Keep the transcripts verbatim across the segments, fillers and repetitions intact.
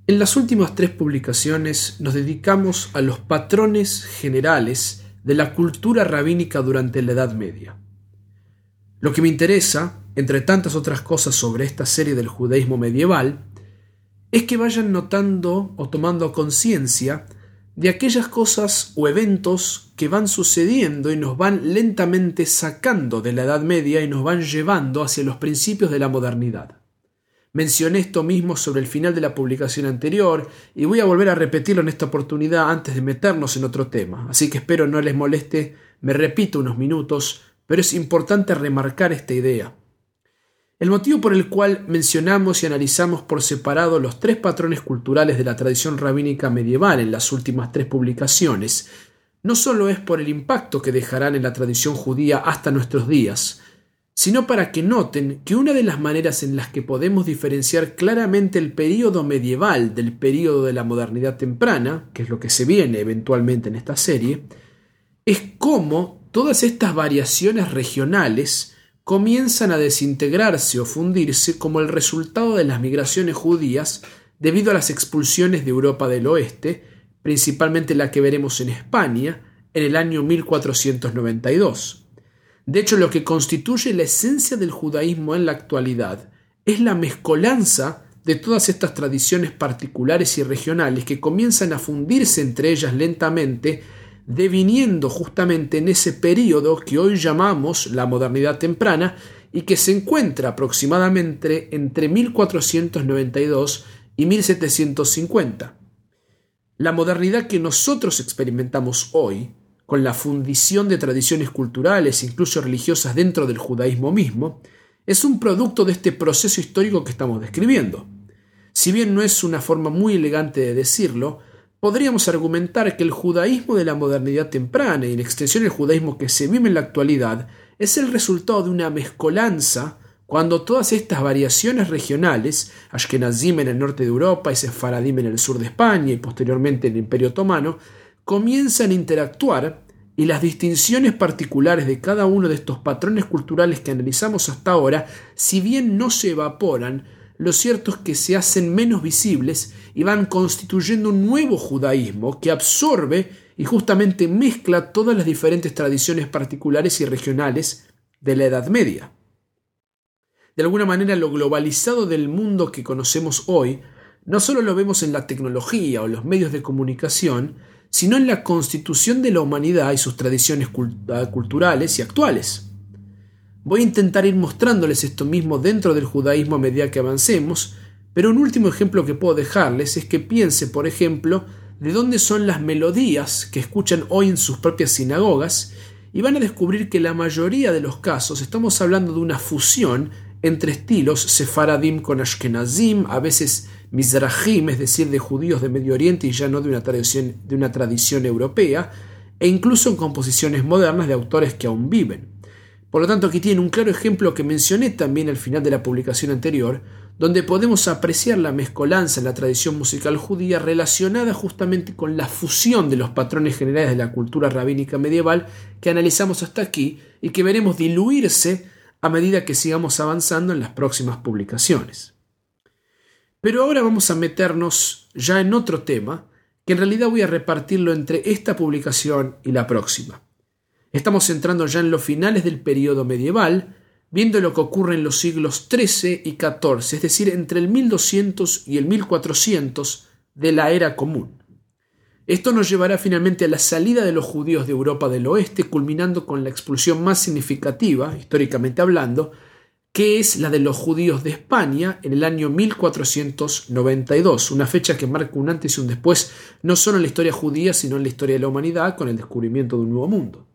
En las últimas tres publicaciones nos dedicamos a los patrones generales de la cultura rabínica durante la Edad Media. Lo que me interesa, entre tantas otras cosas sobre esta serie del judaísmo medieval, es que vayan notando o tomando conciencia de aquellas cosas o eventos que van sucediendo y nos van lentamente sacando de la Edad Media y nos van llevando hacia los principios de la modernidad. Mencioné esto mismo sobre el final de la publicación anterior y voy a volver a repetirlo en esta oportunidad antes de meternos en otro tema, así que espero no les moleste, me repito unos minutos, pero es importante remarcar esta idea. El motivo por el cual mencionamos y analizamos por separado los tres patrones culturales de la tradición rabínica medieval en las últimas tres publicaciones, no solo es por el impacto que dejarán en la tradición judía hasta nuestros días, sino para que noten que una de las maneras en las que podemos diferenciar claramente el período medieval del período de la modernidad temprana, que es lo que se viene eventualmente en esta serie, es cómo todas estas variaciones regionales comienzan a desintegrarse o fundirse como el resultado de las migraciones judías debido a las expulsiones de Europa del Oeste, principalmente la que veremos en España en el año mil cuatrocientos noventa y dos. De hecho, lo que constituye la esencia del judaísmo en la actualidad es la mezcolanza de todas estas tradiciones particulares y regionales que comienzan a fundirse entre ellas lentamente, deviniendo justamente en ese período que hoy llamamos la modernidad temprana y que se encuentra aproximadamente entre mil cuatrocientos noventa y dos y mil setecientos cincuenta. La modernidad que nosotros experimentamos hoy, con la fundición de tradiciones culturales, incluso religiosas dentro del judaísmo mismo, es un producto de este proceso histórico que estamos describiendo. Si bien no es una forma muy elegante de decirlo, podríamos argumentar que el judaísmo de la modernidad temprana y en extensión el judaísmo que se vive en la actualidad es el resultado de una mezcolanza cuando todas estas variaciones regionales, Ashkenazim en el norte de Europa y Sefaradim en el sur de España y posteriormente en el Imperio Otomano, comienzan a interactuar y las distinciones particulares de cada uno de estos patrones culturales que analizamos hasta ahora, si bien no se evaporan, lo cierto es que se hacen menos visibles y van constituyendo un nuevo judaísmo que absorbe y justamente mezcla todas las diferentes tradiciones particulares y regionales de la Edad Media. De alguna manera, lo globalizado del mundo que conocemos hoy no solo lo vemos en la tecnología o los medios de comunicación, sino en la constitución de la humanidad y sus tradiciones cult- culturales y actuales. Voy a intentar ir mostrándoles esto mismo dentro del judaísmo a medida que avancemos, pero un último ejemplo que puedo dejarles es que piense, por ejemplo, de dónde son las melodías que escuchan hoy en sus propias sinagogas y van a descubrir que la mayoría de los casos estamos hablando de una fusión entre estilos sefaradim con ashkenazim, a veces mizrahim, es decir, de judíos de Medio Oriente y ya no de una tradición, de una tradición europea, e incluso en composiciones modernas de autores que aún viven. Por lo tanto, aquí tienen un claro ejemplo que mencioné también al final de la publicación anterior, donde podemos apreciar la mezcolanza en la tradición musical judía relacionada justamente con la fusión de los patrones generales de la cultura rabínica medieval que analizamos hasta aquí y que veremos diluirse a medida que sigamos avanzando en las próximas publicaciones. Pero ahora vamos a meternos ya en otro tema, que en realidad voy a repartirlo entre esta publicación y la próxima. Estamos entrando ya en los finales del período medieval, viendo lo que ocurre en los siglos trece y catorce, es decir, entre el mil doscientos y el mil cuatrocientos de la era común. Esto nos llevará finalmente a la salida de los judíos de Europa del Oeste, culminando con la expulsión más significativa, históricamente hablando, que es la de los judíos de España en el año mil cuatrocientos noventa y dos, una fecha que marca un antes y un después, no solo en la historia judía, sino en la historia de la humanidad, con el descubrimiento de un nuevo mundo.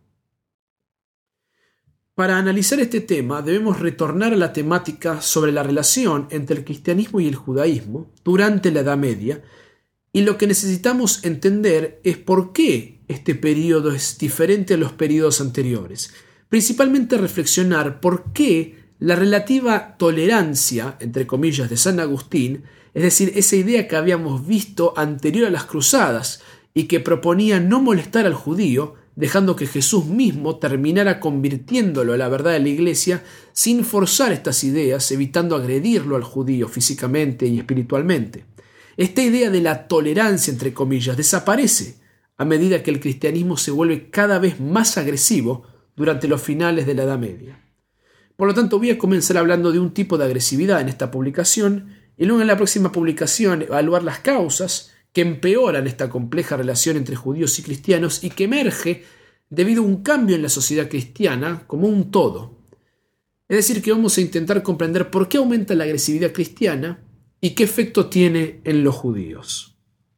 Para analizar este tema, debemos retornar a la temática sobre la relación entre el cristianismo y el judaísmo durante la Edad Media, y lo que necesitamos entender es por qué este periodo es diferente a los periodos anteriores. Principalmente reflexionar por qué la relativa tolerancia, entre comillas, de San Agustín, es decir, esa idea que habíamos visto anterior a las cruzadas y que proponía no molestar al judío, dejando que Jesús mismo terminara convirtiéndolo a la verdad de la Iglesia sin forzar estas ideas, evitando agredirlo al judío físicamente y espiritualmente. Esta idea de la tolerancia, entre comillas, desaparece a medida que el cristianismo se vuelve cada vez más agresivo durante los finales de la Edad Media. Por lo tanto, voy a comenzar hablando de un tipo de agresividad en esta publicación y luego en la próxima publicación evaluar las causas que empeoran esta compleja relación entre judíos y cristianos y que emerge debido a un cambio en la sociedad cristiana como un todo. Es decir, que vamos a intentar comprender por qué aumenta la agresividad cristiana y qué efecto tiene en los judíos.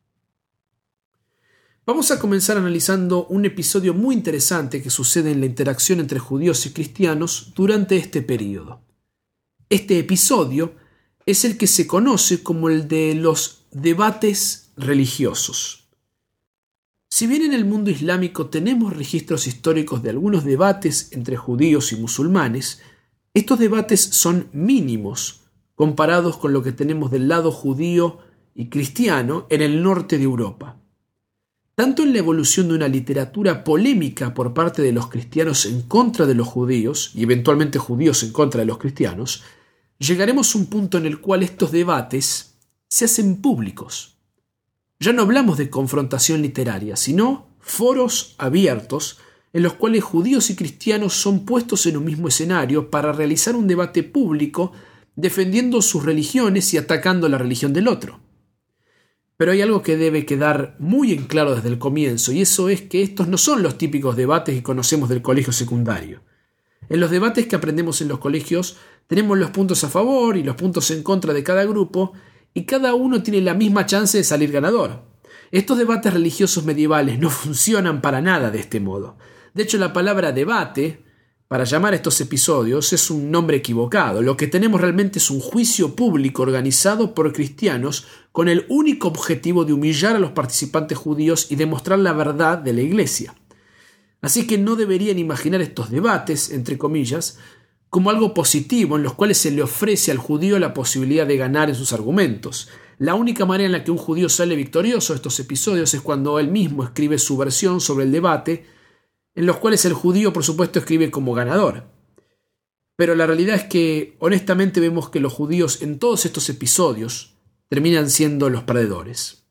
Vamos a comenzar analizando un episodio muy interesante que sucede en la interacción entre judíos y cristianos durante este período. Este episodio es el que se conoce como el de los debates religiosos. Si bien en el mundo islámico tenemos registros históricos de algunos debates entre judíos y musulmanes, estos debates son mínimos comparados con lo que tenemos del lado judío y cristiano en el norte de Europa. Tanto en la evolución de una literatura polémica por parte de los cristianos en contra de los judíos y eventualmente judíos en contra de los cristianos, llegaremos a un punto en el cual estos debates se hacen públicos. Ya no hablamos de confrontación literaria, sino foros abiertos en los cuales judíos y cristianos son puestos en un mismo escenario para realizar un debate público defendiendo sus religiones y atacando la religión del otro. Pero hay algo que debe quedar muy en claro desde el comienzo, y eso es que estos no son los típicos debates que conocemos del colegio secundario. En los debates que aprendemos en los colegios tenemos los puntos a favor y los puntos en contra de cada grupo, y cada uno tiene la misma chance de salir ganador. Estos debates religiosos medievales no funcionan para nada de este modo. De hecho, la palabra debate, para llamar a estos episodios, es un nombre equivocado. Lo que tenemos realmente es un juicio público organizado por cristianos con el único objetivo de humillar a los participantes judíos y demostrar la verdad de la Iglesia. Así que no deberían imaginar estos debates, entre comillas, como algo positivo en los cuales se le ofrece al judío la posibilidad de ganar en sus argumentos. La única manera en la que un judío sale victorioso de estos episodios es cuando él mismo escribe su versión sobre el debate, en los cuales el judío, por supuesto, escribe como ganador. Pero la realidad es que, honestamente, vemos que los judíos en todos estos episodios terminan siendo los perdedores.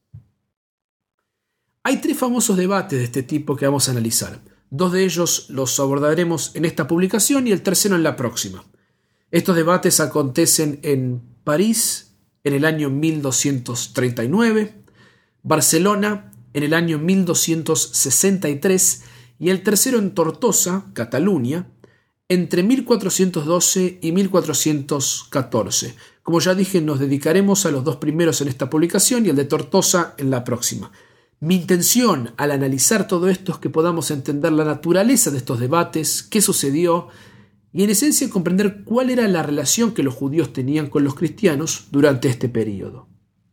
Hay tres famosos debates de este tipo que vamos a analizar. Dos de ellos los abordaremos en esta publicación y el tercero en la próxima. Estos debates acontecen en París en el año mil doscientos treinta y nueve, Barcelona en el año mil doscientos sesenta y tres y el tercero en Tortosa, Cataluña, entre mil cuatrocientos doce y mil cuatrocientos catorce. Como ya dije, nos dedicaremos a los dos primeros en esta publicación y el de Tortosa en la próxima. Mi intención al analizar todo esto es que podamos entender la naturaleza de estos debates, qué sucedió y en esencia comprender cuál era la relación que los judíos tenían con los cristianos durante este período.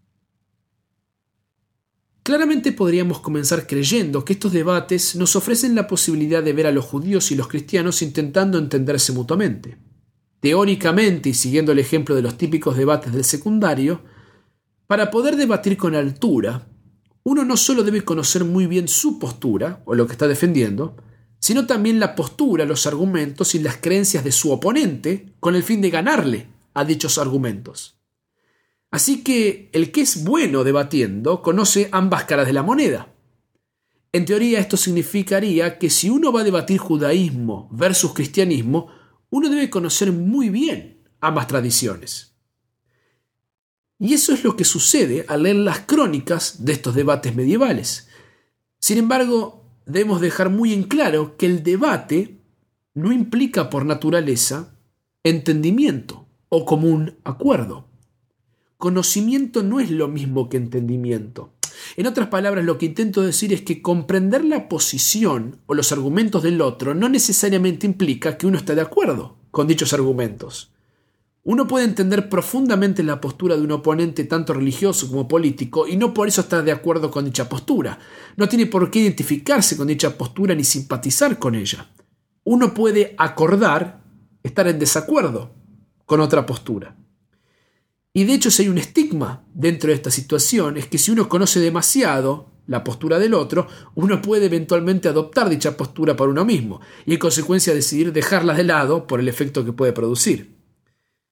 Claramente podríamos comenzar creyendo que estos debates nos ofrecen la posibilidad de ver a los judíos y los cristianos intentando entenderse mutuamente. Teóricamente, y siguiendo el ejemplo de los típicos debates del secundario, para poder debatir con altura, uno no solo debe conocer muy bien su postura, o lo que está defendiendo, sino también la postura, los argumentos y las creencias de su oponente con el fin de ganarle a dichos argumentos. Así que el que es bueno debatiendo conoce ambas caras de la moneda. En teoría esto significaría que si uno va a debatir judaísmo versus cristianismo, uno debe conocer muy bien ambas tradiciones. Y eso es lo que sucede al leer las crónicas de estos debates medievales. Sin embargo, debemos dejar muy en claro que el debate no implica por naturaleza entendimiento o común acuerdo. Conocimiento no es lo mismo que entendimiento. En otras palabras, lo que intento decir es que comprender la posición o los argumentos del otro no necesariamente implica que uno esté de acuerdo con dichos argumentos. Uno puede entender profundamente la postura de un oponente tanto religioso como político y no por eso estar de acuerdo con dicha postura. No tiene por qué identificarse con dicha postura ni simpatizar con ella. Uno puede acordar estar en desacuerdo con otra postura. Y de hecho, si hay un estigma dentro de esta situación, es que si uno conoce demasiado la postura del otro, uno puede eventualmente adoptar dicha postura para uno mismo y en consecuencia decidir dejarla de lado por el efecto que puede producir.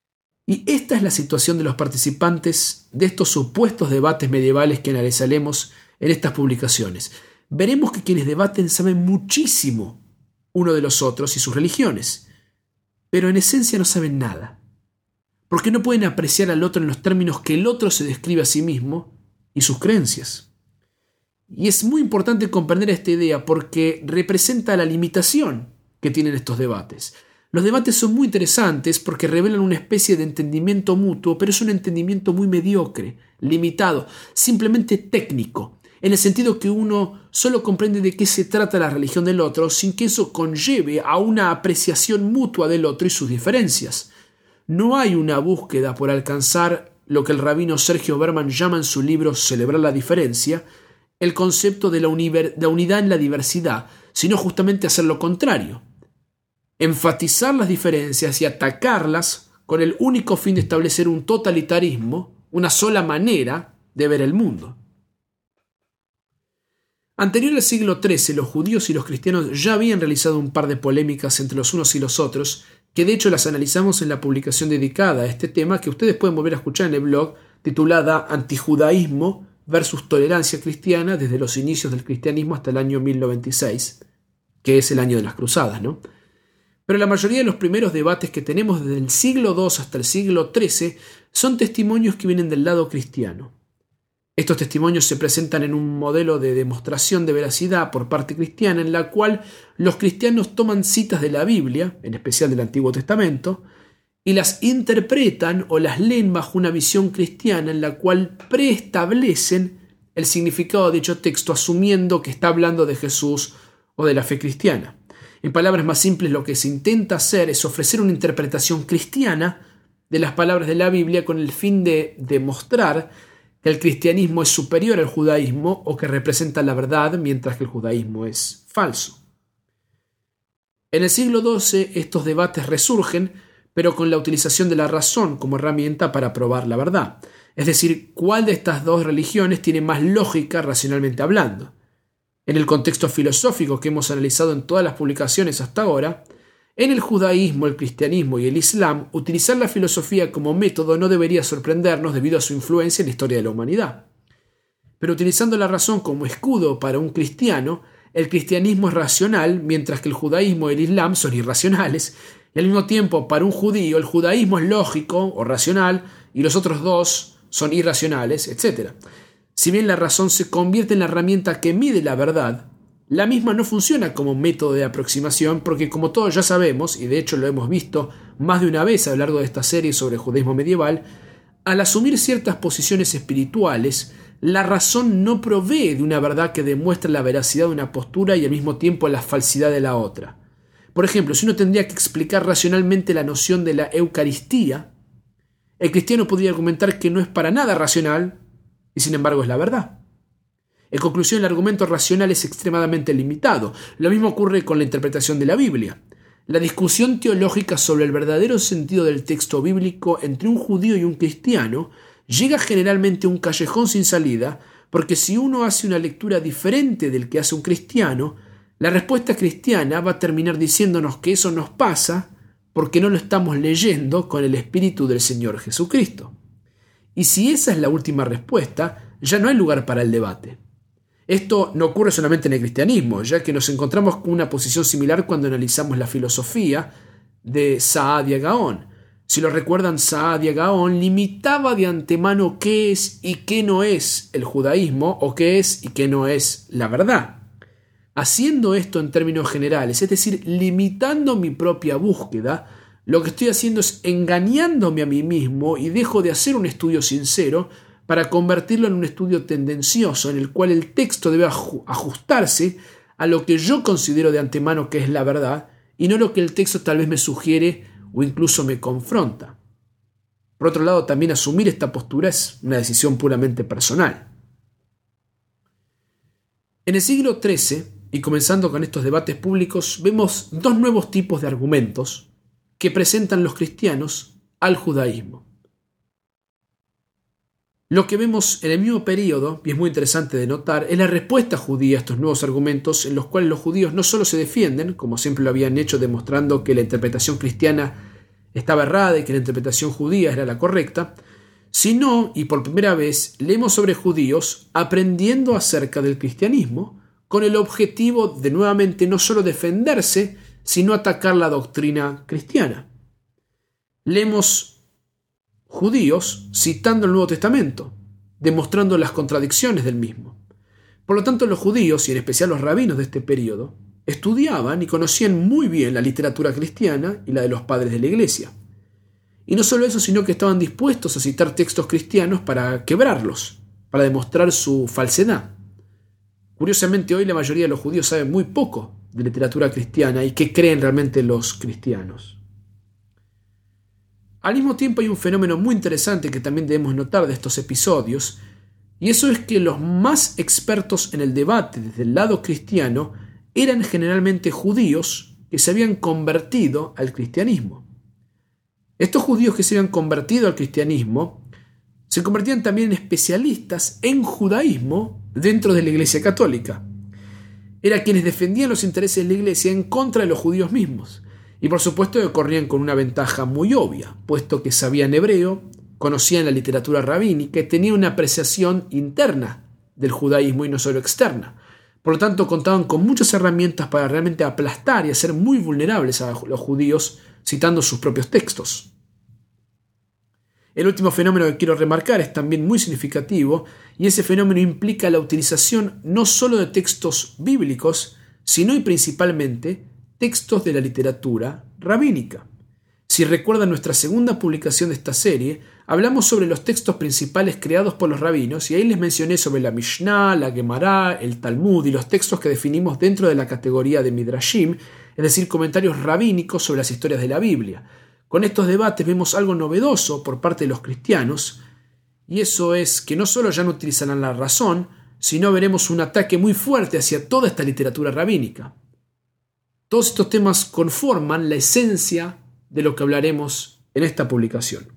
Y esta es la situación de los participantes de estos supuestos debates medievales que analizaremos en estas publicaciones. Veremos que quienes debaten saben muchísimo uno de los otros y sus religiones, pero en esencia no saben nada, porque no pueden apreciar al otro en los términos que el otro se describe a sí mismo y sus creencias. Y es muy importante comprender esta idea porque representa la limitación que tienen estos debates. Los debates son muy interesantes porque revelan una especie de entendimiento mutuo, pero es un entendimiento muy mediocre, limitado, simplemente técnico, en el sentido que uno solo comprende de qué se trata la religión del otro sin que eso conlleve a una apreciación mutua del otro y sus diferencias. No hay una búsqueda por alcanzar lo que el rabino Sergio Berman llama en su libro Celebrar la diferencia, el concepto de la, univer- de unidad en la diversidad, sino justamente hacer lo contrario. Enfatizar las diferencias y atacarlas con el único fin de establecer un totalitarismo, una sola manera de ver el mundo. Anterior al siglo trece, los judíos y los cristianos ya habían realizado un par de polémicas entre los unos y los otros, que de hecho las analizamos en la publicación dedicada a este tema que ustedes pueden volver a escuchar en el blog, titulada Antijudaísmo versus Tolerancia Cristiana desde los inicios del cristianismo hasta el año mil noventa y seis, que es el año de las cruzadas, ¿no? Pero la mayoría de los primeros debates que tenemos desde el siglo dos hasta el siglo trece son testimonios que vienen del lado cristiano. Estos testimonios se presentan en un modelo de demostración de veracidad por parte cristiana en la cual los cristianos toman citas de la Biblia, en especial del Antiguo Testamento, y las interpretan o las leen bajo una visión cristiana en la cual preestablecen el significado de dicho texto asumiendo que está hablando de Jesús o de la fe cristiana. En palabras más simples, lo que se intenta hacer es ofrecer una interpretación cristiana de las palabras de la Biblia con el fin de demostrar que el cristianismo es superior al judaísmo o que representa la verdad mientras que el judaísmo es falso. En el siglo doce estos debates resurgen, pero con la utilización de la razón como herramienta para probar la verdad. Es decir, cuál de estas dos religiones tiene más lógica racionalmente hablando. En el contexto filosófico que hemos analizado en todas las publicaciones hasta ahora, en el judaísmo, el cristianismo y el islam, utilizar la filosofía como método no debería sorprendernos debido a su influencia en la historia de la humanidad. Pero utilizando la razón como escudo para un cristiano, el cristianismo es racional, mientras que el judaísmo y el islam son irracionales, y al mismo tiempo para un judío el judaísmo es lógico o racional y los otros dos son irracionales, etcétera. Si bien la razón se convierte en la herramienta que mide la verdad, la misma no funciona como método de aproximación porque, como todos ya sabemos, y de hecho lo hemos visto más de una vez a lo largo de esta serie sobre el judaísmo medieval, al asumir ciertas posiciones espirituales, la razón no provee de una verdad que demuestre la veracidad de una postura y al mismo tiempo la falsidad de la otra. Por ejemplo, si uno tendría que explicar racionalmente la noción de la Eucaristía, el cristiano podría argumentar que no es para nada racional, y sin embargo es la verdad. En conclusión, el argumento racional es extremadamente limitado. Lo mismo ocurre con la interpretación de la Biblia. La discusión teológica sobre el verdadero sentido del texto bíblico entre un judío y un cristiano llega generalmente a un callejón sin salida, porque si uno hace una lectura diferente del que hace un cristiano, la respuesta cristiana va a terminar diciéndonos que eso nos pasa porque no lo estamos leyendo con el Espíritu del Señor Jesucristo. Y si esa es la última respuesta, ya no hay lugar para el debate. Esto no ocurre solamente en el cristianismo, ya que nos encontramos con una posición similar cuando analizamos la filosofía de Saadia Gaon. Si lo recuerdan, Saadia Gaon limitaba de antemano qué es y qué no es el judaísmo o qué es y qué no es la verdad. Haciendo esto en términos generales, es decir, limitando mi propia búsqueda, lo que estoy haciendo es engañándome a mí mismo y dejo de hacer un estudio sincero para convertirlo en un estudio tendencioso en el cual el texto debe ajustarse a lo que yo considero de antemano que es la verdad y no lo que el texto tal vez me sugiere o incluso me confronta. Por otro lado, también asumir esta postura es una decisión puramente personal. En el siglo trece, y comenzando con estos debates públicos, vemos dos nuevos tipos de argumentos que presentan los cristianos al judaísmo. Lo que vemos en el mismo periodo, y es muy interesante de notar, es la respuesta judía a estos nuevos argumentos en los cuales los judíos no solo se defienden, como siempre lo habían hecho demostrando que la interpretación cristiana estaba errada y que la interpretación judía era la correcta, sino, y por primera vez, leemos sobre judíos aprendiendo acerca del cristianismo, con el objetivo de nuevamente no solo defenderse, sino atacar la doctrina cristiana. Leemos judíos citando el Nuevo Testamento, demostrando las contradicciones del mismo. Por lo tanto, los judíos, y en especial los rabinos de este periodo, estudiaban y conocían muy bien la literatura cristiana y la de los padres de la Iglesia. Y no solo eso, sino que estaban dispuestos a citar textos cristianos para quebrarlos, para demostrar su falsedad. Curiosamente, hoy la mayoría de los judíos saben muy poco de literatura cristiana y qué creen realmente los cristianos. Al mismo tiempo hay un fenómeno muy interesante que también debemos notar de estos episodios, y eso es que los más expertos en el debate desde el lado cristiano eran generalmente judíos que se habían convertido al cristianismo. Estos judíos que se habían convertido al cristianismo se convertían también en especialistas en judaísmo dentro de la Iglesia Católica. Eran quienes defendían los intereses de la Iglesia en contra de los judíos mismos. Y por supuesto que corrían con una ventaja muy obvia, puesto que sabían hebreo, conocían la literatura rabínica y tenían una apreciación interna del judaísmo y no solo externa. Por lo tanto, contaban con muchas herramientas para realmente aplastar y hacer muy vulnerables a los judíos citando sus propios textos. El último fenómeno que quiero remarcar es también muy significativo, y ese fenómeno implica la utilización no solo de textos bíblicos, sino y principalmente textos de la literatura rabínica. Si recuerdan nuestra segunda publicación de esta serie, hablamos sobre los textos principales creados por los rabinos, y ahí les mencioné sobre la Mishnah, la Gemara, el Talmud y los textos que definimos dentro de la categoría de Midrashim, es decir, comentarios rabínicos sobre las historias de la Biblia. Con estos debates vemos algo novedoso por parte de los cristianos, y eso es que no solo ya no utilizarán la razón, sino veremos un ataque muy fuerte hacia toda esta literatura rabínica. Todos estos temas conforman la esencia de lo que hablaremos en esta publicación.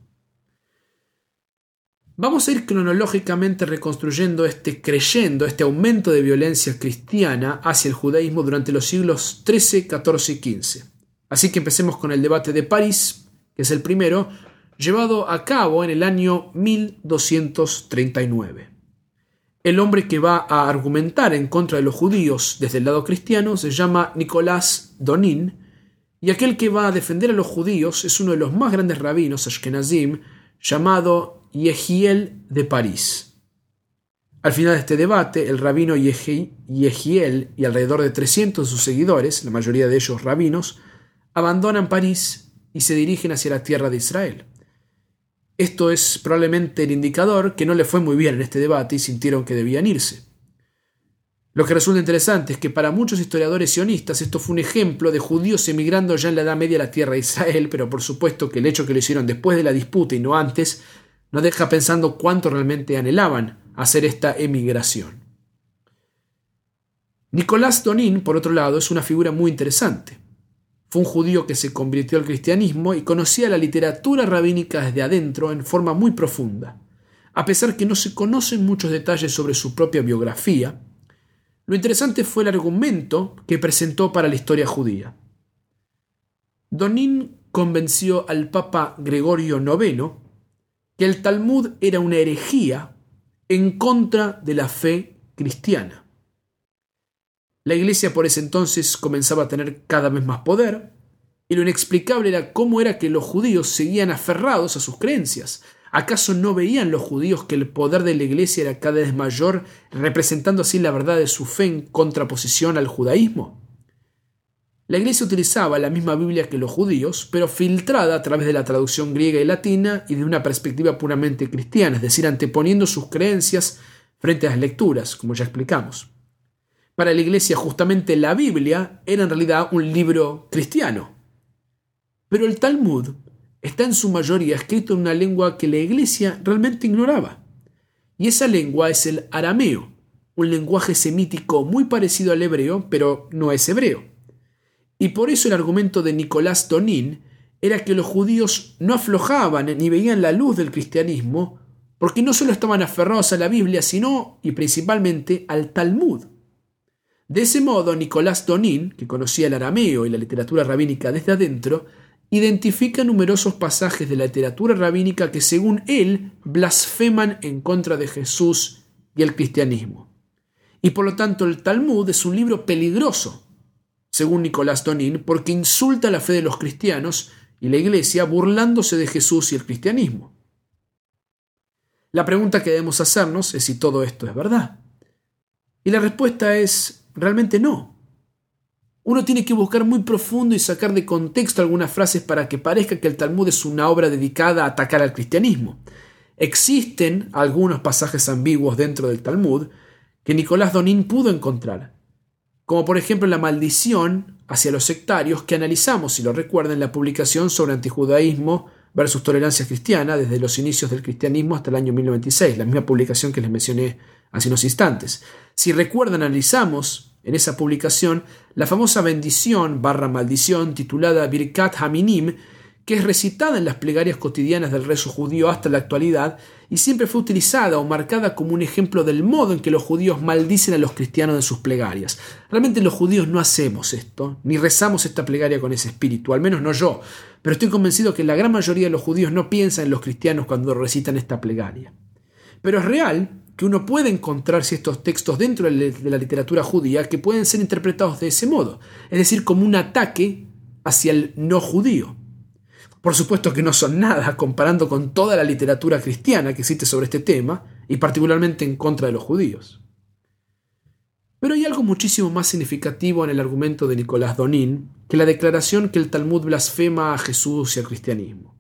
Vamos a ir cronológicamente reconstruyendo este creyendo, este aumento de violencia cristiana hacia el judaísmo durante los siglos trece, catorce y quince. Así que empecemos con el debate de París, que es el primero, llevado a cabo en el año mil doscientos treinta y nueve. El hombre que va a argumentar en contra de los judíos desde el lado cristiano se llama Nicolás Donin, y aquel que va a defender a los judíos es uno de los más grandes rabinos ashkenazim, llamado Yehiel de París. Al final de este debate, el rabino Yehiel y alrededor de trescientos de sus seguidores, la mayoría de ellos rabinos, abandonan París y se dirigen hacia la tierra de Israel. Esto es probablemente el indicador que no le fue muy bien en este debate y sintieron que debían irse. Lo que resulta interesante es que para muchos historiadores sionistas esto fue un ejemplo de judíos emigrando ya en la Edad Media a la tierra de Israel, pero por supuesto que el hecho que lo hicieron después de la disputa y no antes nos deja pensando cuánto realmente anhelaban hacer esta emigración. Nicolás Donin, por otro lado, es una figura muy interesante. Fue un judío que se convirtió al cristianismo y conocía la literatura rabínica desde adentro en forma muy profunda. A pesar que no se conocen muchos detalles sobre su propia biografía, lo interesante fue el argumento que presentó para la historia judía. Donin convenció al Papa Gregorio noveno que el Talmud era una herejía en contra de la fe cristiana. La Iglesia por ese entonces comenzaba a tener cada vez más poder, y lo inexplicable era cómo era que los judíos seguían aferrados a sus creencias. ¿Acaso no veían los judíos que el poder de la Iglesia era cada vez mayor, representando así la verdad de su fe en contraposición al judaísmo? La Iglesia utilizaba la misma Biblia que los judíos, pero filtrada a través de la traducción griega y latina y de una perspectiva puramente cristiana, es decir, anteponiendo sus creencias frente a las lecturas, como ya explicamos. Para la Iglesia, justamente la Biblia era en realidad un libro cristiano. Pero el Talmud está en su mayoría escrito en una lengua que la Iglesia realmente ignoraba. Y esa lengua es el arameo, un lenguaje semítico muy parecido al hebreo, pero no es hebreo. Y por eso el argumento de Nicolás Donin era que los judíos no aflojaban ni veían la luz del cristianismo, porque no solo estaban aferrados a la Biblia, sino y principalmente al Talmud. De ese modo, Nicolás Donin, que conocía el arameo y la literatura rabínica desde adentro, identifica numerosos pasajes de la literatura rabínica que, según él, blasfeman en contra de Jesús y el cristianismo. Y por lo tanto el Talmud es un libro peligroso, según Nicolás Donin, porque insulta la fe de los cristianos y la Iglesia burlándose de Jesús y el cristianismo. La pregunta que debemos hacernos es si todo esto es verdad. Y la respuesta es realmente no. Uno tiene que buscar muy profundo y sacar de contexto algunas frases para que parezca que el Talmud es una obra dedicada a atacar al cristianismo. Existen algunos pasajes ambiguos dentro del Talmud que Nicolás Donin pudo encontrar, como por ejemplo la maldición hacia los sectarios que analizamos, si lo recuerdan, en la publicación sobre antijudaísmo versus tolerancia cristiana desde los inicios del cristianismo hasta el año mil novecientos noventa y seis, la misma publicación que les mencioné hace unos instantes. Si recuerdan, analizamos en esa publicación la famosa bendición barra maldición titulada Birkat Haminim, que es recitada en las plegarias cotidianas del rezo judío hasta la actualidad y siempre fue utilizada o marcada como un ejemplo del modo en que los judíos maldicen a los cristianos en sus plegarias. Realmente los judíos no hacemos esto, ni rezamos esta plegaria con ese espíritu, al menos no yo, pero estoy convencido que la gran mayoría de los judíos no piensan en los cristianos cuando recitan esta plegaria. Pero es real que uno puede encontrar ciertos textos dentro de la literatura judía que pueden ser interpretados de ese modo, es decir, como un ataque hacia el no judío. Por supuesto que no son nada comparando con toda la literatura cristiana que existe sobre este tema, y particularmente en contra de los judíos. Pero hay algo muchísimo más significativo en el argumento de Nicolás Donin que la declaración que el Talmud blasfema a Jesús y al cristianismo.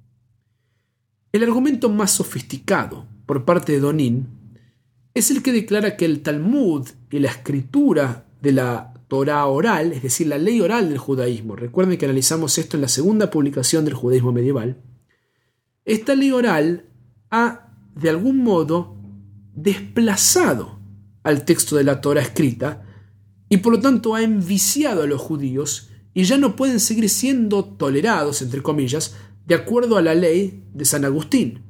El argumento más sofisticado por parte de Donin es el que declara que el Talmud y la escritura de la Torá oral, es decir, la ley oral del judaísmo, recuerden que analizamos esto en la segunda publicación del judaísmo medieval, esta ley oral ha, de algún modo, desplazado al texto de la Torá escrita y por lo tanto ha enviciado a los judíos y ya no pueden seguir siendo tolerados, entre comillas, de acuerdo a la ley de San Agustín.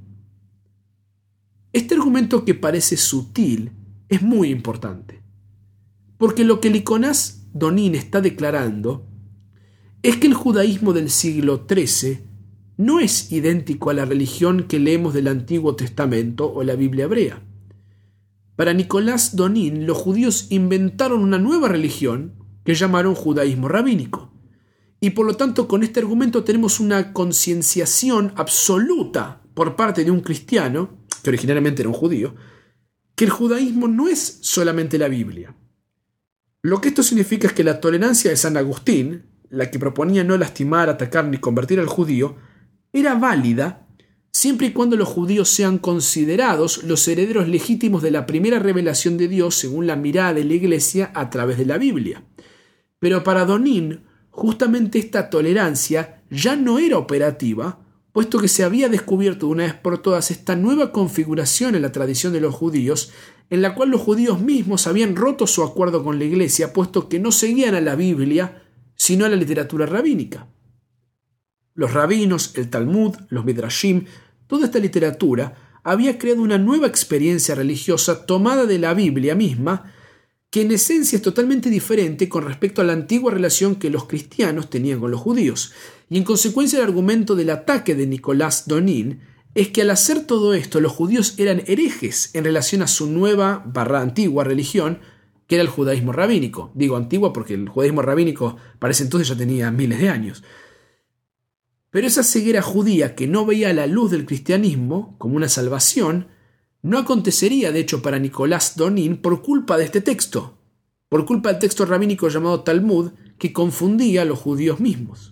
Este argumento, que parece sutil, es muy importante, porque lo que Nicolás Donin está declarando es que el judaísmo del siglo trece no es idéntico a la religión que leemos del Antiguo Testamento o la Biblia hebrea. Para Nicolás Donin, los judíos inventaron una nueva religión que llamaron judaísmo rabínico, y por lo tanto con este argumento tenemos una concienciación absoluta por parte de un cristiano, que originalmente era un judío, que el judaísmo no es solamente la Biblia. Lo que esto significa es que la tolerancia de San Agustín, la que proponía no lastimar, atacar ni convertir al judío, era válida siempre y cuando los judíos sean considerados los herederos legítimos de la primera revelación de Dios según la mirada de la Iglesia a través de la Biblia. Pero para Donin, justamente esta tolerancia ya no era operativa, puesto que se había descubierto de una vez por todas esta nueva configuración en la tradición de los judíos, en la cual los judíos mismos habían roto su acuerdo con la Iglesia, puesto que no seguían a la Biblia, sino a la literatura rabínica. Los rabinos, el Talmud, los Midrashim, toda esta literatura había creado una nueva experiencia religiosa tomada de la Biblia misma, que en esencia es totalmente diferente con respecto a la antigua relación que los cristianos tenían con los judíos. Y en consecuencia el argumento del ataque de Nicolás Donin es que al hacer todo esto los judíos eran herejes en relación a su nueva barra antigua religión, que era el judaísmo rabínico. Digo antigua porque el judaísmo rabínico para ese entonces ya tenía miles de años. Pero esa ceguera judía que no veía la luz del cristianismo como una salvación no acontecería, de hecho, para Nicolás Donin por culpa de este texto, por culpa del texto rabínico llamado Talmud, que confundía a los judíos mismos.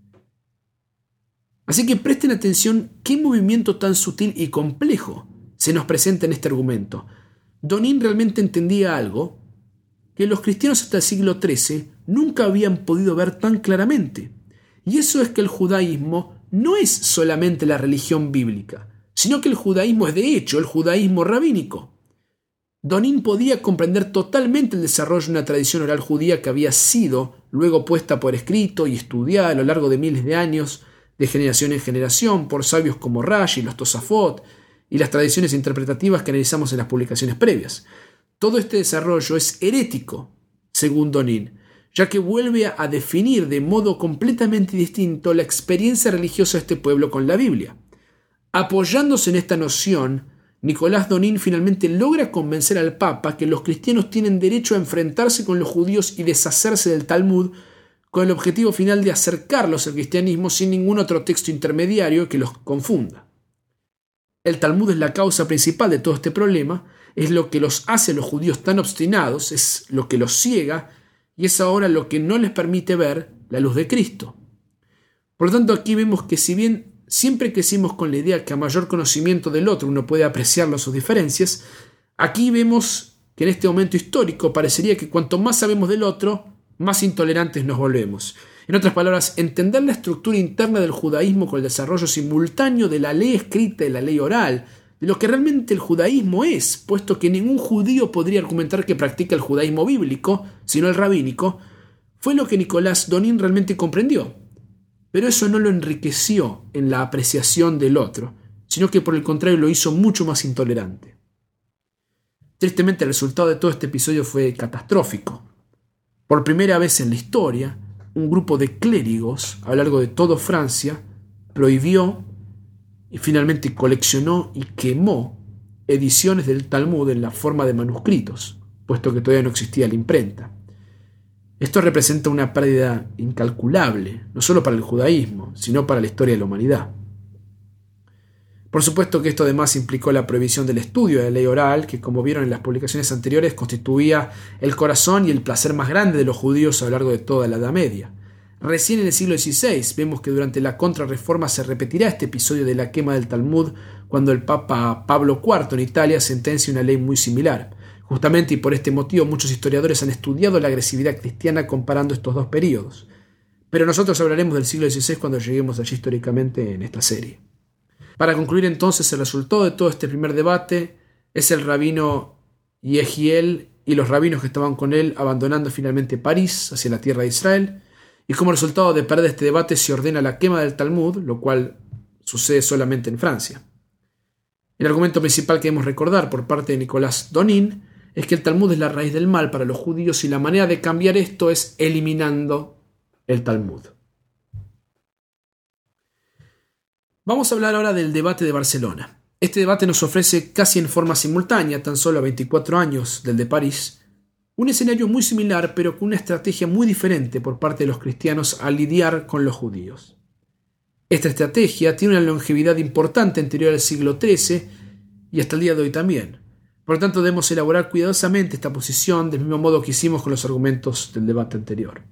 Así que presten atención qué movimiento tan sutil y complejo se nos presenta en este argumento. Donin realmente entendía algo que los cristianos hasta el siglo trece nunca habían podido ver tan claramente, y eso es que el judaísmo no es solamente la religión bíblica, sino que el judaísmo es de hecho el judaísmo rabínico. Donin podía comprender totalmente el desarrollo de una tradición oral judía que había sido luego puesta por escrito y estudiada a lo largo de miles de años, de generación en generación, por sabios como Rashi, los Tosafot y las tradiciones interpretativas que analizamos en las publicaciones previas. Todo este desarrollo es herético, según Donin, ya que vuelve a definir de modo completamente distinto la experiencia religiosa de este pueblo con la Biblia. Apoyándose en esta noción, Nicolás Donin finalmente logra convencer al Papa que los cristianos tienen derecho a enfrentarse con los judíos y deshacerse del Talmud, con el objetivo final de acercarlos al cristianismo sin ningún otro texto intermediario que los confunda. El Talmud es la causa principal de todo este problema, es lo que los hace a los judíos tan obstinados, es lo que los ciega y es ahora lo que no les permite ver la luz de Cristo. Por lo tanto, aquí vemos que si bien siempre crecimos con la idea que a mayor conocimiento del otro uno puede apreciar sus diferencias, aquí vemos que en este momento histórico parecería que cuanto más sabemos del otro, más intolerantes nos volvemos. En otras palabras, entender la estructura interna del judaísmo con el desarrollo simultáneo de la ley escrita y la ley oral, de lo que realmente el judaísmo es, puesto que ningún judío podría argumentar que practica el judaísmo bíblico, sino el rabínico, fue lo que Nicolás Donin realmente comprendió. Pero eso no lo enriqueció en la apreciación del otro, sino que por el contrario lo hizo mucho más intolerante. Tristemente, el resultado de todo este episodio fue catastrófico. Por primera vez en la historia, un grupo de clérigos a lo largo de toda Francia prohibió y finalmente coleccionó y quemó ediciones del Talmud en la forma de manuscritos, puesto que todavía no existía la imprenta. Esto representa una pérdida incalculable, no solo para el judaísmo, sino para la historia de la humanidad. Por supuesto que esto además implicó la prohibición del estudio de la ley oral, que como vieron en las publicaciones anteriores constituía el corazón y el placer más grande de los judíos a lo largo de toda la Edad Media. Recién en el siglo dieciséis vemos que durante la Contrarreforma se repetirá este episodio de la quema del Talmud cuando el Papa Pablo cuarto en Italia sentencia una ley muy similar. Justamente y por este motivo muchos historiadores han estudiado la agresividad cristiana comparando estos dos períodos. Pero nosotros hablaremos del siglo dieciséis cuando lleguemos allí históricamente en esta serie. Para concluir entonces, el resultado de todo este primer debate es el rabino Yehiel y los rabinos que estaban con él abandonando finalmente París hacia la tierra de Israel, y como resultado de perder este debate se ordena la quema del Talmud, lo cual sucede solamente en Francia. El argumento principal que debemos recordar por parte de Nicolás Donin es que el Talmud es la raíz del mal para los judíos y la manera de cambiar esto es eliminando el Talmud. Vamos a hablar ahora del debate de Barcelona. Este debate nos ofrece casi en forma simultánea, tan solo a veinticuatro años del de París, un escenario muy similar pero con una estrategia muy diferente por parte de los cristianos al lidiar con los judíos. Esta estrategia tiene una longevidad importante anterior al siglo trece y hasta el día de hoy también. Por lo tanto, debemos elaborar cuidadosamente esta posición del mismo modo que hicimos con los argumentos del debate anterior.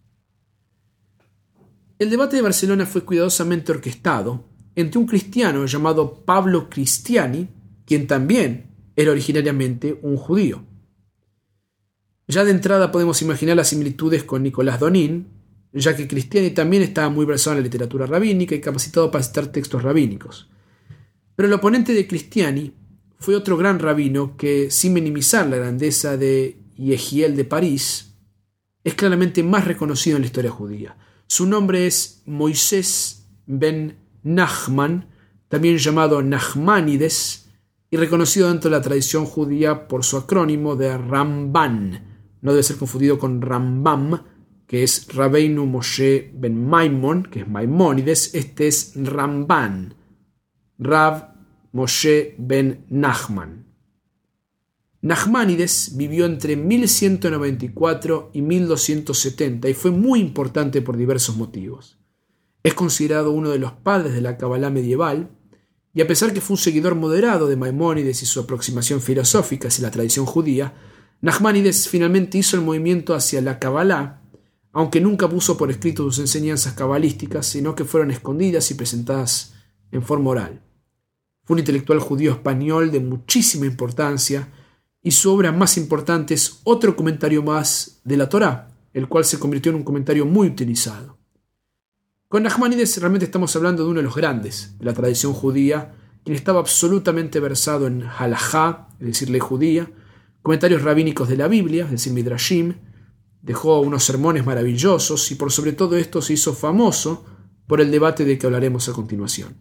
El debate de Barcelona fue cuidadosamente orquestado entre un cristiano llamado Pablo Cristiani, quien también era originariamente un judío. Ya de entrada podemos imaginar las similitudes con Nicolás Donin, ya que Cristiani también estaba muy versado en la literatura rabínica y capacitado para citar textos rabínicos. Pero el oponente de Cristiani fue otro gran rabino que, sin minimizar la grandeza de Yehiel de París, es claramente más reconocido en la historia judía. Su nombre es Moisés ben Nachman, también llamado Nachmanides, y reconocido dentro de la tradición judía por su acrónimo de Ramban. No debe ser confundido con Rambam, que es Rabbeinu Moshe ben Maimon, que es Maimónides. Este es Ramban, Rab Moshe ben Nachman. Nachmanides vivió entre mil ciento noventa y cuatro y mil doscientos setenta y fue muy importante por diversos motivos. Es considerado uno de los padres de la Kabbalah medieval, y a pesar que fue un seguidor moderado de Maimónides y su aproximación filosófica hacia la tradición judía, Nachmanides finalmente hizo el movimiento hacia la Kabbalah, aunque nunca puso por escrito sus enseñanzas cabalísticas, sino que fueron escondidas y presentadas en forma oral. Fue un intelectual judío español de muchísima importancia, y su obra más importante es otro comentario más de la Torá, el cual se convirtió en un comentario muy utilizado. Con Nachmanides realmente estamos hablando de uno de los grandes de la tradición judía, quien estaba absolutamente versado en halajá, es decir, ley judía, comentarios rabínicos de la Biblia, es decir, midrashim, dejó unos sermones maravillosos y por sobre todo esto se hizo famoso por el debate del que hablaremos a continuación.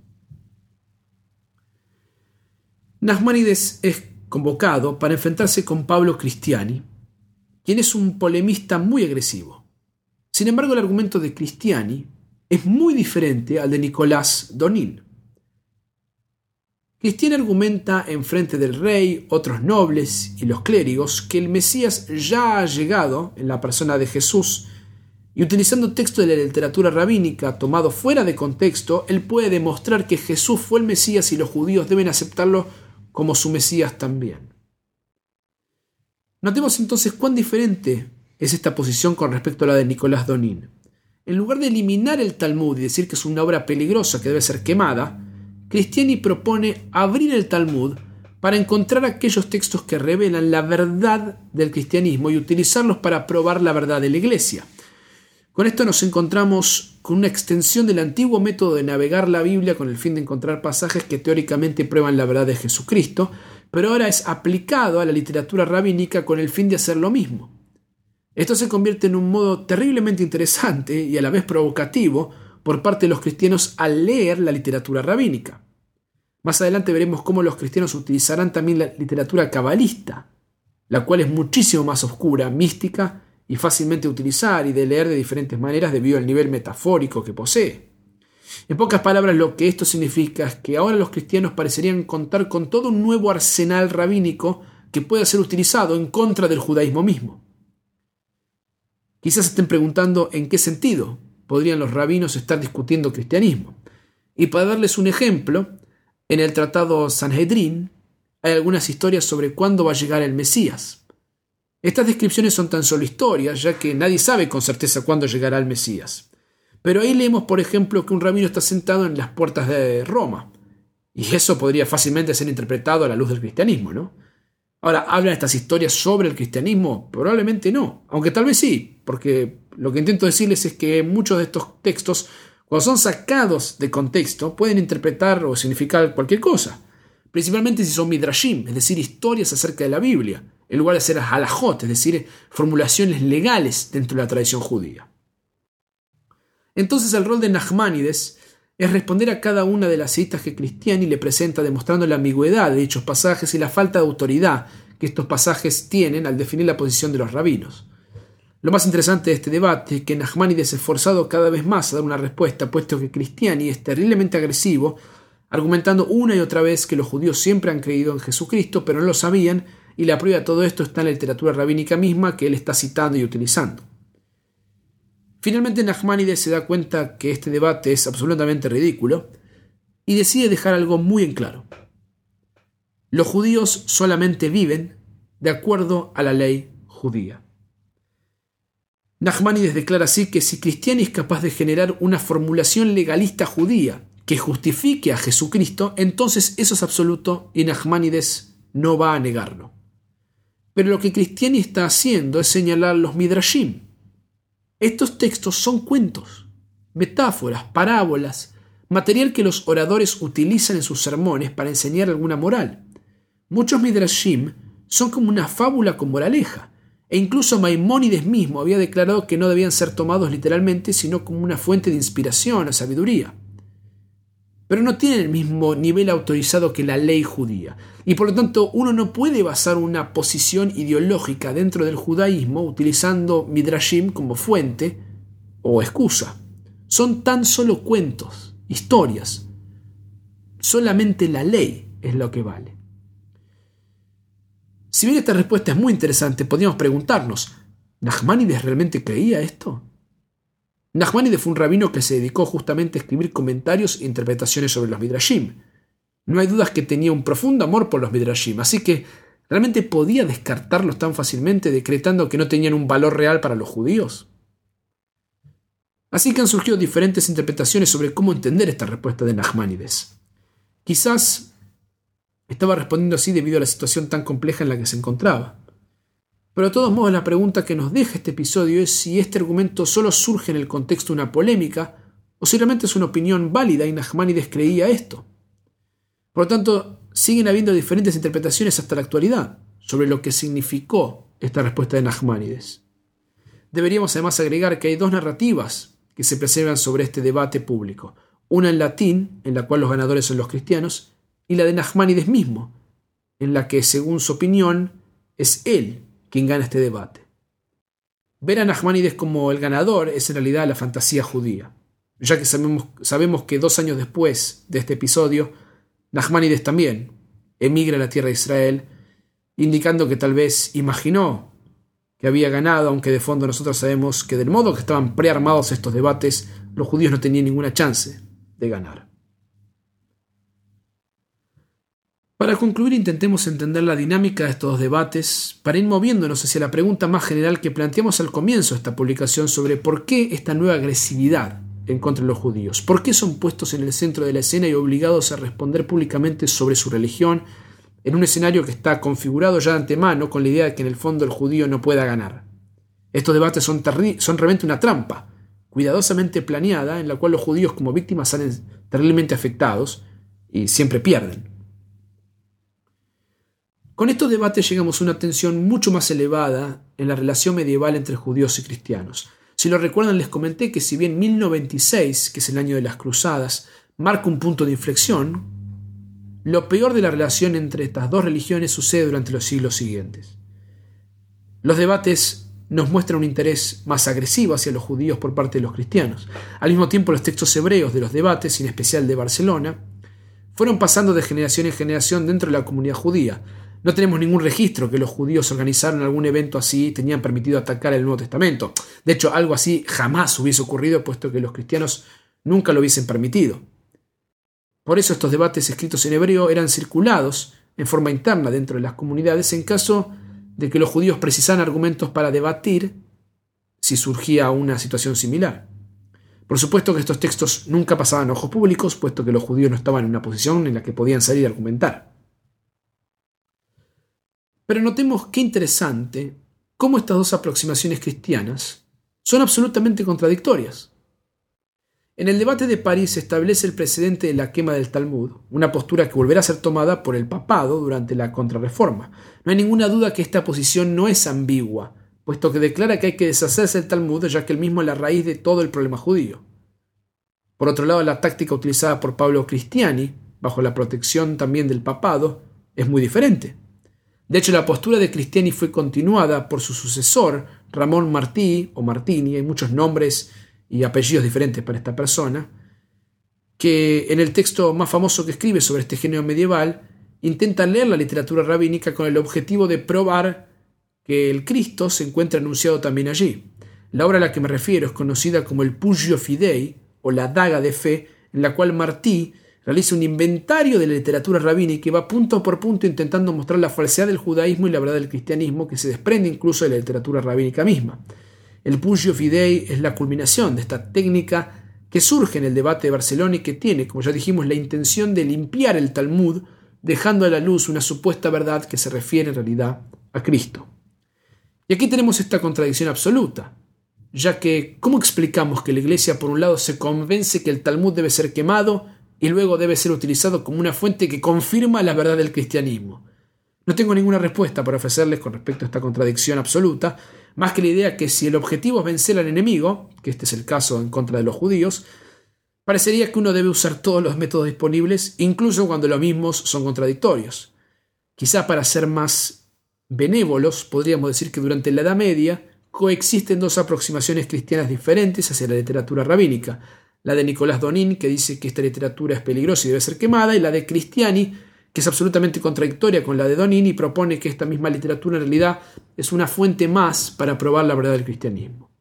Nachmanides es convocado para enfrentarse con Pablo Cristiani, quien es un polemista muy agresivo. Sin embargo, el argumento de Cristiani es muy diferente al de Nicolás Donin. Cristiani argumenta en frente del rey, otros nobles y los clérigos que el Mesías ya ha llegado en la persona de Jesús, y utilizando texto de la literatura rabínica tomado fuera de contexto, él puede demostrar que Jesús fue el Mesías y los judíos deben aceptarlo como su Mesías también. Notemos entonces cuán diferente es esta posición con respecto a la de Nicolás Donin. En lugar de eliminar el Talmud y decir que es una obra peligrosa que debe ser quemada, Cristiani propone abrir el Talmud para encontrar aquellos textos que revelan la verdad del cristianismo y utilizarlos para probar la verdad de la Iglesia. Con esto nos encontramos con una extensión del antiguo método de navegar la Biblia con el fin de encontrar pasajes que teóricamente prueban la verdad de Jesucristo, pero ahora es aplicado a la literatura rabínica con el fin de hacer lo mismo. Esto se convierte en un modo terriblemente interesante y a la vez provocativo por parte de los cristianos al leer la literatura rabínica. Más adelante veremos cómo los cristianos utilizarán también la literatura cabalista, la cual es muchísimo más oscura, mística y fácilmente de utilizar y de leer de diferentes maneras debido al nivel metafórico que posee. En pocas palabras, lo que esto significa es que ahora los cristianos parecerían contar con todo un nuevo arsenal rabínico que pueda ser utilizado en contra del judaísmo mismo. Quizás estén preguntando en qué sentido podrían los rabinos estar discutiendo cristianismo. Y para darles un ejemplo, en el tratado Sanhedrin hay algunas historias sobre cuándo va a llegar el Mesías. Estas descripciones son tan solo historias, ya que nadie sabe con certeza cuándo llegará el Mesías. Pero ahí leemos, por ejemplo, que un rabino está sentado en las puertas de Roma. Y eso podría fácilmente ser interpretado a la luz del cristianismo, ¿no? Ahora, ¿hablan estas historias sobre el cristianismo? Probablemente no, aunque tal vez sí, porque lo que intento decirles es que muchos de estos textos, cuando son sacados de contexto, pueden interpretar o significar cualquier cosa, principalmente si son midrashim, es decir, historias acerca de la Biblia, en lugar de ser halajot, es decir, formulaciones legales dentro de la tradición judía. Entonces el rol de Nachmanides es responder a cada una de las citas que Cristiani le presenta, demostrando la ambigüedad de dichos pasajes y la falta de autoridad que estos pasajes tienen al definir la posición de los rabinos. Lo más interesante de este debate es que Nachmanides es forzado cada vez más a dar una respuesta, puesto que Cristiani es terriblemente agresivo, argumentando una y otra vez que los judíos siempre han creído en Jesucristo, pero no lo sabían, y la prueba de todo esto está en la literatura rabínica misma que él está citando y utilizando. Finalmente Nachmanides se da cuenta que este debate es absolutamente ridículo y decide dejar algo muy en claro. Los judíos solamente viven de acuerdo a la ley judía. Nachmanides declara así que si Cristiani es capaz de generar una formulación legalista judía que justifique a Jesucristo, entonces eso es absoluto y Nachmanides no va a negarlo. Pero lo que Cristiani está haciendo es señalar los midrashim. Estos textos son cuentos, metáforas, parábolas, material que los oradores utilizan en sus sermones para enseñar alguna moral. Muchos midrashim son como una fábula con moraleja, e incluso Maimónides mismo había declarado que no debían ser tomados literalmente, sino como una fuente de inspiración o sabiduría. Pero no tienen el mismo nivel autorizado que la ley judía, y por lo tanto uno no puede basar una posición ideológica dentro del judaísmo utilizando midrashim como fuente o excusa. Son tan solo cuentos, historias. Solamente la ley es lo que vale. Si bien esta respuesta es muy interesante, podríamos preguntarnos, ¿Nachmanides realmente creía esto? Nachmanides fue un rabino que se dedicó justamente a escribir comentarios e interpretaciones sobre los midrashim. No hay dudas que tenía un profundo amor por los midrashim, así que ¿realmente podía descartarlos tan fácilmente decretando que no tenían un valor real para los judíos? Así que han surgido diferentes interpretaciones sobre cómo entender esta respuesta de Nachmanides. Quizás estaba respondiendo así debido a la situación tan compleja en la que se encontraba. Pero de todos modos la pregunta que nos deja este episodio es si este argumento solo surge en el contexto de una polémica o si realmente es una opinión válida y Nachmanides creía esto. Por lo tanto, siguen habiendo diferentes interpretaciones hasta la actualidad sobre lo que significó esta respuesta de Nachmanides. Deberíamos además agregar que hay dos narrativas que se preservan sobre este debate público. Una en latín, en la cual los ganadores son los cristianos, y la de Nachmanides mismo, en la que, según su opinión, es él quien gana este debate. Ver a Nachmanides como el ganador es en realidad la fantasía judía, ya que sabemos, sabemos que dos años después de este episodio, Nachmanides también emigra a la tierra de Israel, indicando que tal vez imaginó que había ganado, aunque de fondo nosotros sabemos que del modo que estaban prearmados estos debates, los judíos no tenían ninguna chance de ganar. Para concluir, intentemos entender la dinámica de estos debates para ir moviéndonos hacia la pregunta más general que planteamos al comienzo de esta publicación sobre por qué esta nueva agresividad en contra de los judíos, por qué son puestos en el centro de la escena y obligados a responder públicamente sobre su religión en un escenario que está configurado ya de antemano con la idea de que en el fondo el judío no pueda ganar. Estos debates son, terri- son realmente una trampa, cuidadosamente planeada, en la cual los judíos como víctimas salen terriblemente afectados y siempre pierden. Con estos debates llegamos a una tensión mucho más elevada en la relación medieval entre judíos y cristianos. Si lo recuerdan, les comenté que si bien mil noventa y seis, que es el año de las Cruzadas, marca un punto de inflexión, lo peor de la relación entre estas dos religiones sucede durante los siglos siguientes. Los debates nos muestran un interés más agresivo hacia los judíos por parte de los cristianos. Al mismo tiempo, los textos hebreos de los debates, en especial de Barcelona, fueron pasando de generación en generación dentro de la comunidad judía. No tenemos ningún registro que los judíos organizaron algún evento así y tenían permitido atacar el Nuevo Testamento. De hecho, algo así jamás hubiese ocurrido, puesto que los cristianos nunca lo hubiesen permitido. Por eso estos debates escritos en hebreo eran circulados en forma interna dentro de las comunidades en caso de que los judíos precisaran argumentos para debatir si surgía una situación similar. Por supuesto que estos textos nunca pasaban a ojos públicos, puesto que los judíos no estaban en una posición en la que podían salir a argumentar. Pero notemos qué interesante cómo estas dos aproximaciones cristianas son absolutamente contradictorias. En el debate de París se establece el precedente de la quema del Talmud, una postura que volverá a ser tomada por el papado durante la Contrarreforma. No hay ninguna duda que esta posición no es ambigua, puesto que declara que hay que deshacerse del Talmud, ya que el mismo es la raíz de todo el problema judío. Por otro lado, la táctica utilizada por Pablo Cristiani, bajo la protección también del papado, es muy diferente. De hecho, la postura de Cristiani fue continuada por su sucesor, Ramón Martí, o Martini, hay muchos nombres y apellidos diferentes para esta persona, que en el texto más famoso que escribe sobre este género medieval, intenta leer la literatura rabínica con el objetivo de probar que el Cristo se encuentra anunciado también allí. La obra a la que me refiero es conocida como el Pugio Fidei, o la daga de fe, en la cual Martí realiza un inventario de la literatura rabínica y va punto por punto intentando mostrar la falsedad del judaísmo y la verdad del cristianismo, que se desprende incluso de la literatura rabínica misma. El Pugio Fidei es la culminación de esta técnica que surge en el debate de Barcelona y que tiene, como ya dijimos, la intención de limpiar el Talmud, dejando a la luz una supuesta verdad que se refiere en realidad a Cristo. Y aquí tenemos esta contradicción absoluta, ya que ¿cómo explicamos que la Iglesia por un lado se convence que el Talmud debe ser quemado y luego debe ser utilizado como una fuente que confirma la verdad del cristianismo? No tengo ninguna respuesta para ofrecerles con respecto a esta contradicción absoluta, más que la idea que si el objetivo es vencer al enemigo, que este es el caso en contra de los judíos, parecería que uno debe usar todos los métodos disponibles, incluso cuando los mismos son contradictorios. Quizá para ser más benévolos, podríamos decir que durante la Edad Media coexisten dos aproximaciones cristianas diferentes hacia la literatura rabínica, la de Nicolás Donin, que dice que esta literatura es peligrosa y debe ser quemada, y la de Cristiani, que es absolutamente contradictoria con la de Donin y propone que esta misma literatura en realidad es una fuente más para probar la verdad del cristianismo.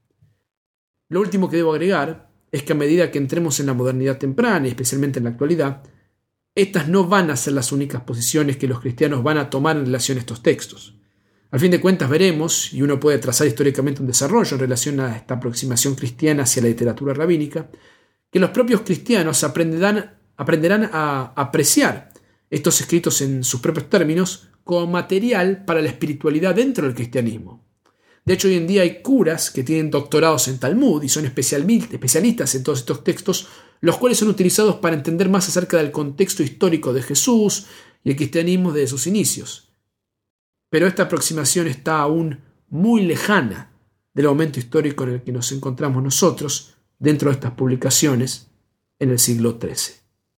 Lo último que debo agregar es que a medida que entremos en la modernidad temprana, y especialmente en la actualidad, estas no van a ser las únicas posiciones que los cristianos van a tomar en relación a estos textos. Al fin de cuentas veremos, y uno puede trazar históricamente un desarrollo en relación a esta aproximación cristiana hacia la literatura rabínica, que los propios cristianos aprenderán, aprenderán a apreciar estos escritos en sus propios términos como material para la espiritualidad dentro del cristianismo. De hecho, hoy en día hay curas que tienen doctorados en Talmud y son especialistas en todos estos textos, los cuales son utilizados para entender más acerca del contexto histórico de Jesús y el cristianismo desde sus inicios. Pero esta aproximación está aún muy lejana del momento histórico en el que nos encontramos nosotros dentro de estas publicaciones en el siglo trece.